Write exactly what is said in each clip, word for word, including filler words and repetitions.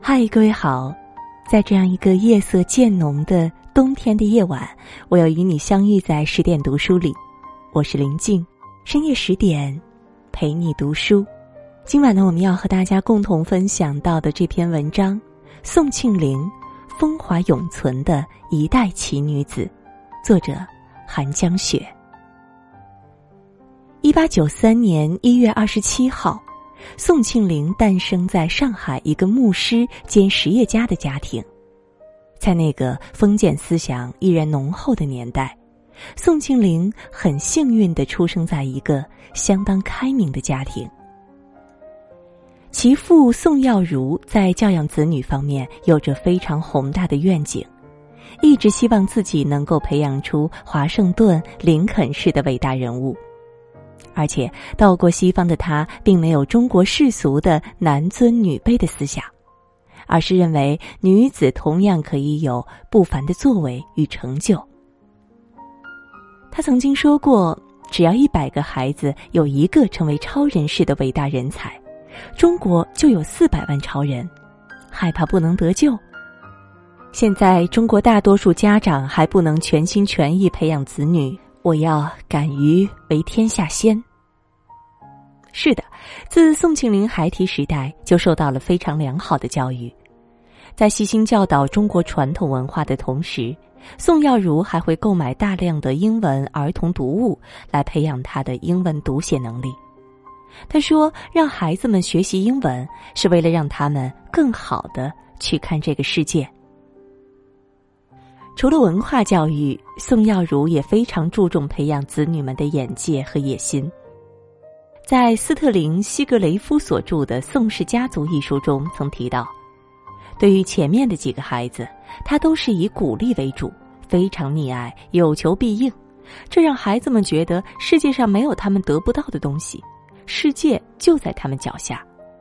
嗨，各位好，在这样一个夜色渐浓的冬天的夜晚，我要与你相遇在十点读书里。我是林静，深夜十点陪你读书。今晚呢，我们要和大家共同分享到的这篇文章，宋庆龄，风华永存的一代奇女子，作者韩江雪。一八九三年一月二十七号，宋庆龄诞生在上海一个牧师兼实业家的家庭。在那个封建思想依然浓厚的年代，宋庆龄很幸运地出生在一个相当开明的家庭。其父宋耀儒在教养子女方面有着非常宏大的愿景，一直希望自己能够培养出华盛顿、林肯式的伟大人物。而且到过西方的他并没有中国世俗的男尊女卑的思想，而是认为女子同样可以有不凡的作为与成就。他曾经说过，只要一百个孩子有一个成为超人式的伟大人才，中国就有四百万超人，害怕不能得救。现在中国大多数家长还不能全心全意培养子女，我要敢于为天下先。是的，自宋庆龄孩提时代就受到了非常良好的教育。在悉心教导中国传统文化的同时，宋耀儒还会购买大量的英文儿童读物来培养他的英文读写能力。他说，让孩子们学习英文是为了让他们更好地去看这个世界。除了文化教育，宋耀儒也非常注重培养子女们的眼界和野心。在斯特林·希格雷夫所著的《宋氏家族》一书中曾提到，对于前面的几个孩子，他都是以鼓励为主，非常溺爱，有求必应，这让孩子们觉得世界上没有他们得不到的东西，世界就在他们脚下。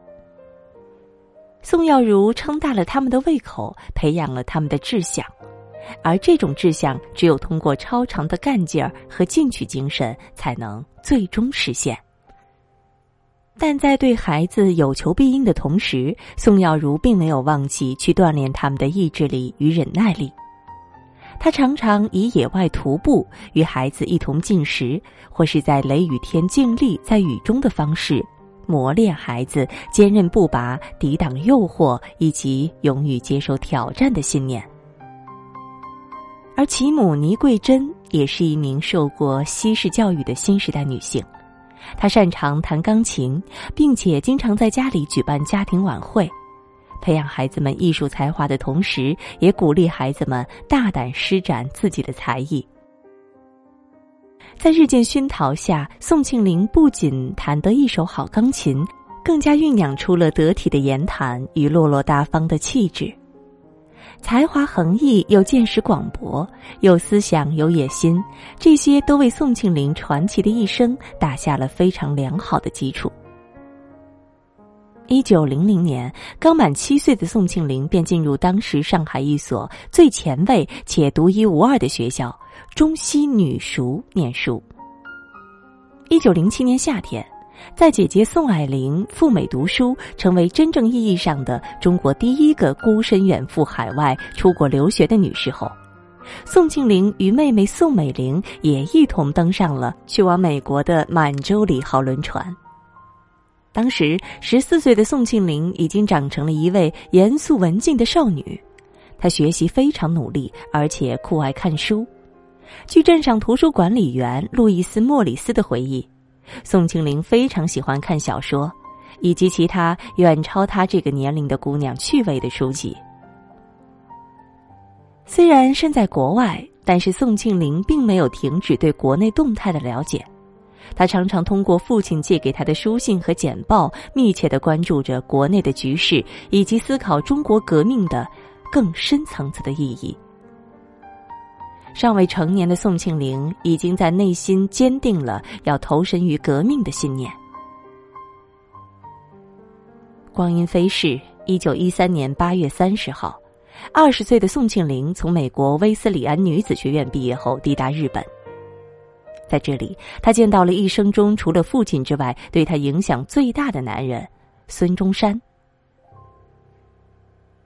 宋耀儒撑大了他们的胃口，培养了他们的志向，而这种志向只有通过超长的干劲儿和进取精神才能最终实现。但在对孩子有求必应的同时，宋耀儒并没有忘记去锻炼他们的意志力与忍耐力。他常常以野外徒步，与孩子一同进食，或是在雷雨天尽力在雨中的方式磨练孩子坚韧不拔、抵挡诱惑以及勇于接受挑战的信念。而其母倪桂珍也是一名受过西式教育的新时代女性，她擅长弹钢琴，并且经常在家里举办家庭晚会，培养孩子们艺术才华的同时，也鼓励孩子们大胆施展自己的才艺。在日渐熏陶下，宋庆龄不仅弹得一手好钢琴，更加酝酿出了得体的言谈与落落大方的气质。才华横溢又见识广博，有思想有野心，这些都为宋庆龄传奇的一生打下了非常良好的基础。一九零零年，刚满七岁的宋庆龄便进入当时上海一所最前卫且独一无二的学校——中西女塾念书。一九零七年夏天，在姐姐宋霭龄赴美读书，成为真正意义上的中国第一个孤身远赴海外出国留学的女士后，宋庆龄与妹妹宋美龄也一同登上了去往美国的满洲里号轮船。当时十四岁的宋庆龄已经长成了一位严肃文静的少女，她学习非常努力，而且酷爱看书。据镇上图书管理员路易斯·莫里斯的回忆，宋庆龄非常喜欢看小说，以及其他远超她这个年龄的姑娘趣味的书籍。虽然身在国外，但是宋庆龄并没有停止对国内动态的了解。她常常通过父亲借给她的书信和简报，密切地关注着国内的局势，以及思考中国革命的更深层次的意义。尚未成年的宋庆龄已经在内心坚定了要投身于革命的信念。光阴飞逝，一九一三年八月三十号，二十岁的宋庆龄从美国威斯里安女子学院毕业后抵达日本。在这里，他见到了一生中除了父亲之外，对他影响最大的男人孙中山。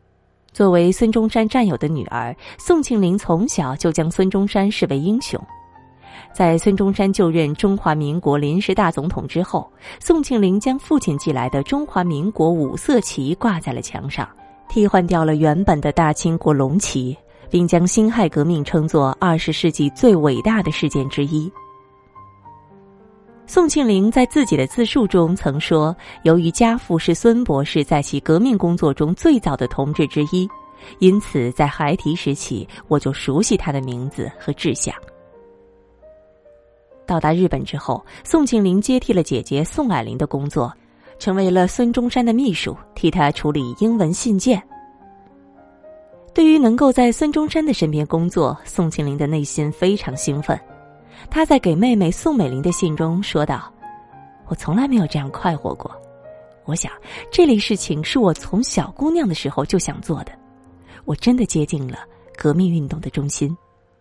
作为孙中山战友的女儿，宋庆龄从小就将孙中山视为英雄。在孙中山就任中华民国临时大总统之后，宋庆龄将父亲寄来的中华民国五色旗挂在了墙上，替换掉了原本的大清国龙旗，并将辛亥革命称作二十世纪最伟大的事件之一。宋庆龄在自己的自述中曾说，由于家父是孙博士在其革命工作中最早的同志之一，因此在孩提时起我就熟悉他的名字和志向。到达日本之后，宋庆龄接替了姐姐宋霭龄的工作，成为了孙中山的秘书，替他处理英文信件。对于能够在孙中山的身边工作，宋庆龄的内心非常兴奋。他在给妹妹宋美龄的信中说道，我从来没有这样快活过，我想这类事情是我从小姑娘的时候就想做的，我真的接近了革命运动的中心。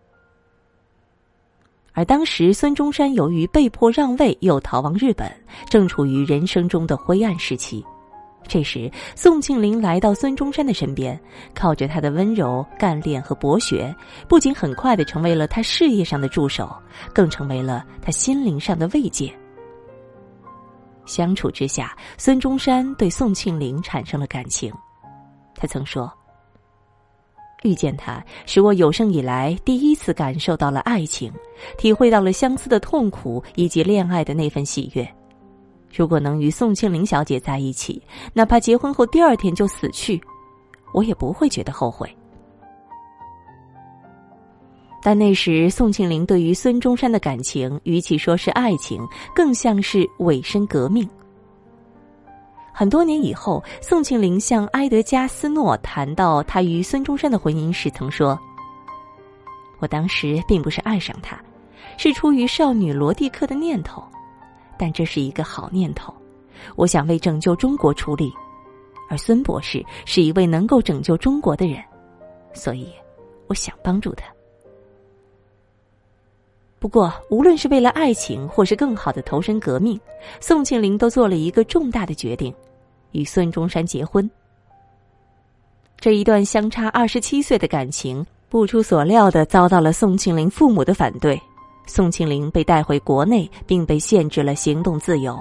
而当时孙中山由于被迫让位又逃亡日本，正处于人生中的灰暗时期。这时宋庆龄来到孙中山的身边，靠着他的温柔、干练和博学，不仅很快地成为了他事业上的助手，更成为了他心灵上的慰藉。相处之下，孙中山对宋庆龄产生了感情。他曾说，遇见他使我有生以来第一次感受到了爱情，体会到了相思的痛苦以及恋爱的那份喜悦。如果能与宋庆龄小姐在一起，哪怕结婚后第二天就死去，我也不会觉得后悔。但那时宋庆龄对于孙中山的感情，与其说是爱情，更像是委身革命。很多年以后，宋庆龄向埃德加斯诺谈到他与孙中山的婚姻时曾说，我当时并不是爱上他，是出于少女罗蒂克的念头，但这是一个好念头，我想为拯救中国出力，而孙博士是一位能够拯救中国的人，所以我想帮助他。不过无论是为了爱情或是更好的投身革命，宋庆龄都做了一个重大的决定，与孙中山结婚。这一段相差二十七岁的感情，不出所料地遭到了宋庆龄父母的反对，宋庆龄被带回国内，并被限制了行动自由。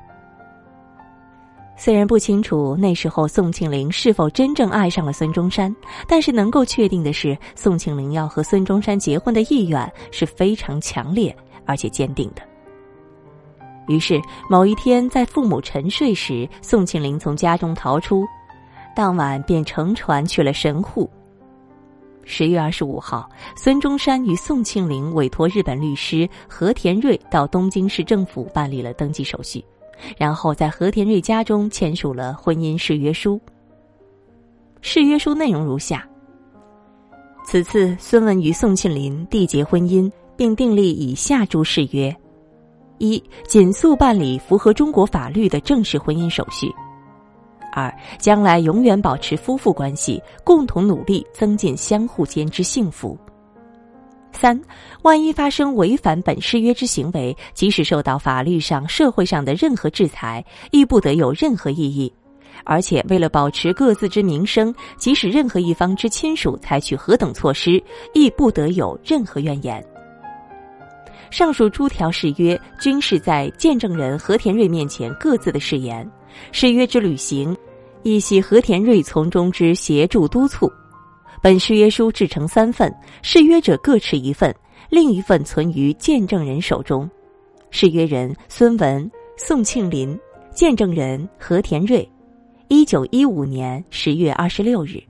虽然不清楚那时候宋庆龄是否真正爱上了孙中山，但是能够确定的是，宋庆龄要和孙中山结婚的意愿是非常强烈而且坚定的。于是某一天在父母沉睡时，宋庆龄从家中逃出，当晚便乘船去了神户。十月二十五号，孙中山与宋庆龄委托日本律师和田瑞到东京市政府办理了登记手续，然后在和田瑞家中签署了婚姻誓约书。誓约书内容如下：此次孙文与宋庆龄缔结婚姻，并订立以下诸誓约：一、紧速办理符合中国法律的正式婚姻手续；二、将来永远保持夫妇关系，共同努力增进相互间之幸福；三、万一发生违反本誓约之行为，即使受到法律上、社会上的任何制裁，亦不得有任何异议，而且为了保持各自之名声，即使任何一方之亲属采取何等措施，亦不得有任何怨言。上述诸条誓约均是在见证人和田瑞面前各自的誓言，誓约之履行亦系和田瑞从中之协助督促。本誓约书制成三份，誓约者各持一份，另一份存于见证人手中。誓约人孙文、宋庆龄，见证人和田瑞。一九一五年十月二十六日。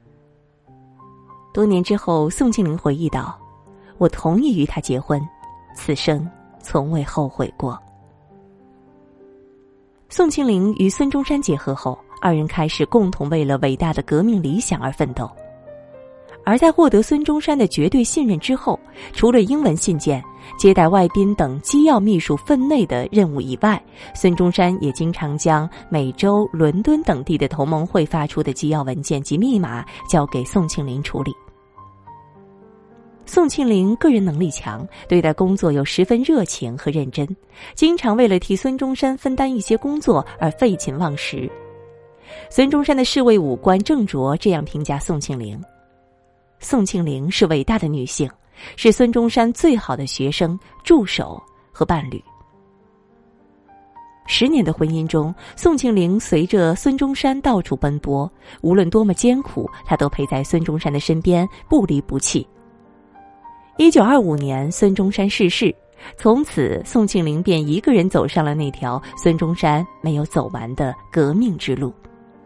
多年之后，宋庆龄回忆道：我同意与他结婚，此生从未后悔过。宋庆龄与孙中山结合后，二人开始共同为了伟大的革命理想而奋斗。而在获得孙中山的绝对信任之后，除了英文信件、接待外宾等机要秘书分内的任务以外，孙中山也经常将美洲、伦敦等地的同盟会发出的机要文件及密码交给宋庆龄处理。宋庆龄个人能力强，对待工作又十分热情和认真，经常为了替孙中山分担一些工作而废寝忘食。 孙中山的侍卫武官郑卓这样评价宋庆龄：宋庆龄是伟大的女性，是孙中山最好的学生、助手和伴侣。十年的婚姻中，宋庆龄随着孙中山到处奔波，无论多么艰苦，她都陪在孙中山的身边，不离不弃。一九二五年，孙中山逝世，从此宋庆龄便一个人走上了那条孙中山没有走完的革命之路。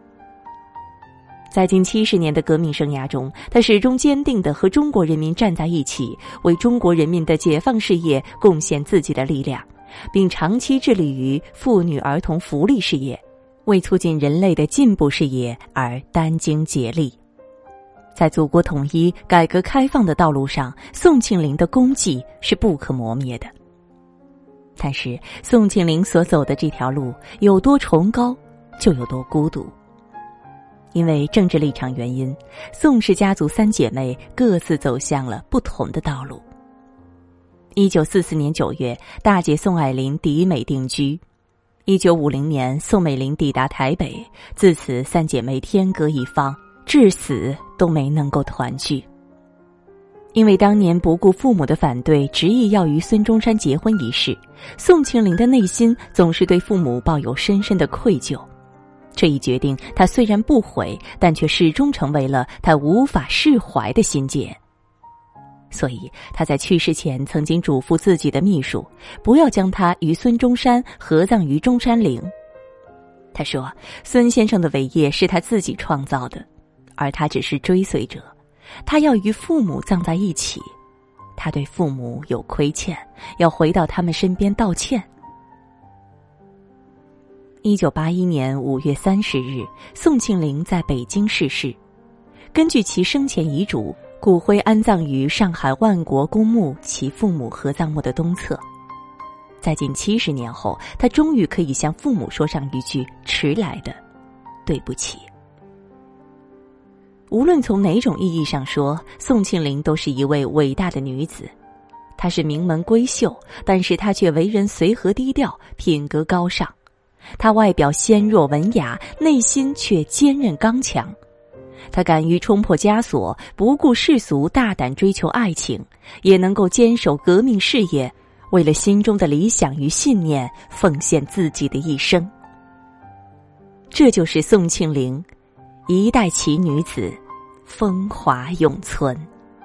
在近七十年的革命生涯中，他始终坚定地和中国人民站在一起，为中国人民的解放事业贡献自己的力量，并长期致力于妇女儿童福利事业，为促进人类的进步事业而殚精竭力。在祖国统一、改革开放的道路上，宋庆龄的功绩是不可磨灭的。但是，宋庆龄所走的这条路有多崇高，就有多孤独。因为政治立场原因，宋氏家族三姐妹各自走向了不同的道路。一九四四年九月，大姐宋霭龄抵美定居。一九五零年，宋美龄抵达台北，自此三姐妹天各一方，至死都没能够团聚。因为当年不顾父母的反对，执意要与孙中山结婚一事，宋庆龄的内心总是对父母抱有深深的愧疚。这一决定，她虽然不悔，但却始终成为了她无法释怀的心结。所以她在去世前曾经嘱咐自己的秘书，不要将她与孙中山合葬于中山陵。她说，孙先生的伟业是他自己创造的，而他只是追随者，他要与父母葬在一起，他对父母有亏欠，要回到他们身边道歉。一九八一年五月三十日，宋庆龄在北京逝世。根据其生前遗嘱，骨灰安葬于上海万国公墓其父母合葬墓的东侧。在近七十年后，他终于可以向父母说上一句迟来的对不起。无论从哪种意义上说，宋庆龄都是一位伟大的女子。她是名门闺秀，但是她却为人随和低调，品格高尚。她外表纤弱文雅，内心却坚韧刚强。她敢于冲破枷锁，不顾世俗，大胆追求爱情，也能够坚守革命事业，为了心中的理想与信念奉献自己的一生。这就是宋庆龄，一代奇女子，风华永存。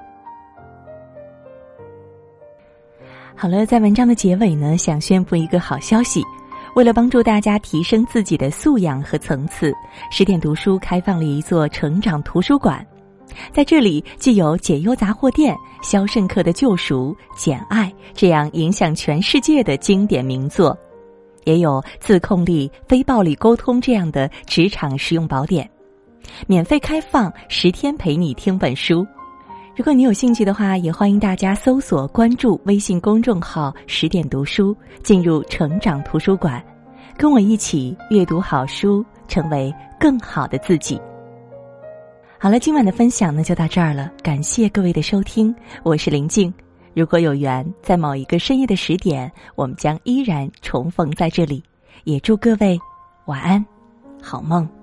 好了，在文章的结尾呢，想宣布一个好消息。为了帮助大家提升自己的素养和层次，十点读书开放了一座成长图书馆。在这里既有解忧杂货店、肖申克的救赎、简爱这样影响全世界的经典名作，也有自控力、非暴力沟通这样的职场实用宝典，免费开放十天陪你听本书。如果你有兴趣的话，也欢迎大家搜索关注微信公众号十点读书，进入成长图书馆，跟我一起阅读好书，成为更好的自己。好了，今晚的分享呢就到这儿了，感谢各位的收听，我是林静。如果有缘，在某一个深夜的十点，我们将依然重逢在这里，也祝各位晚安，好梦。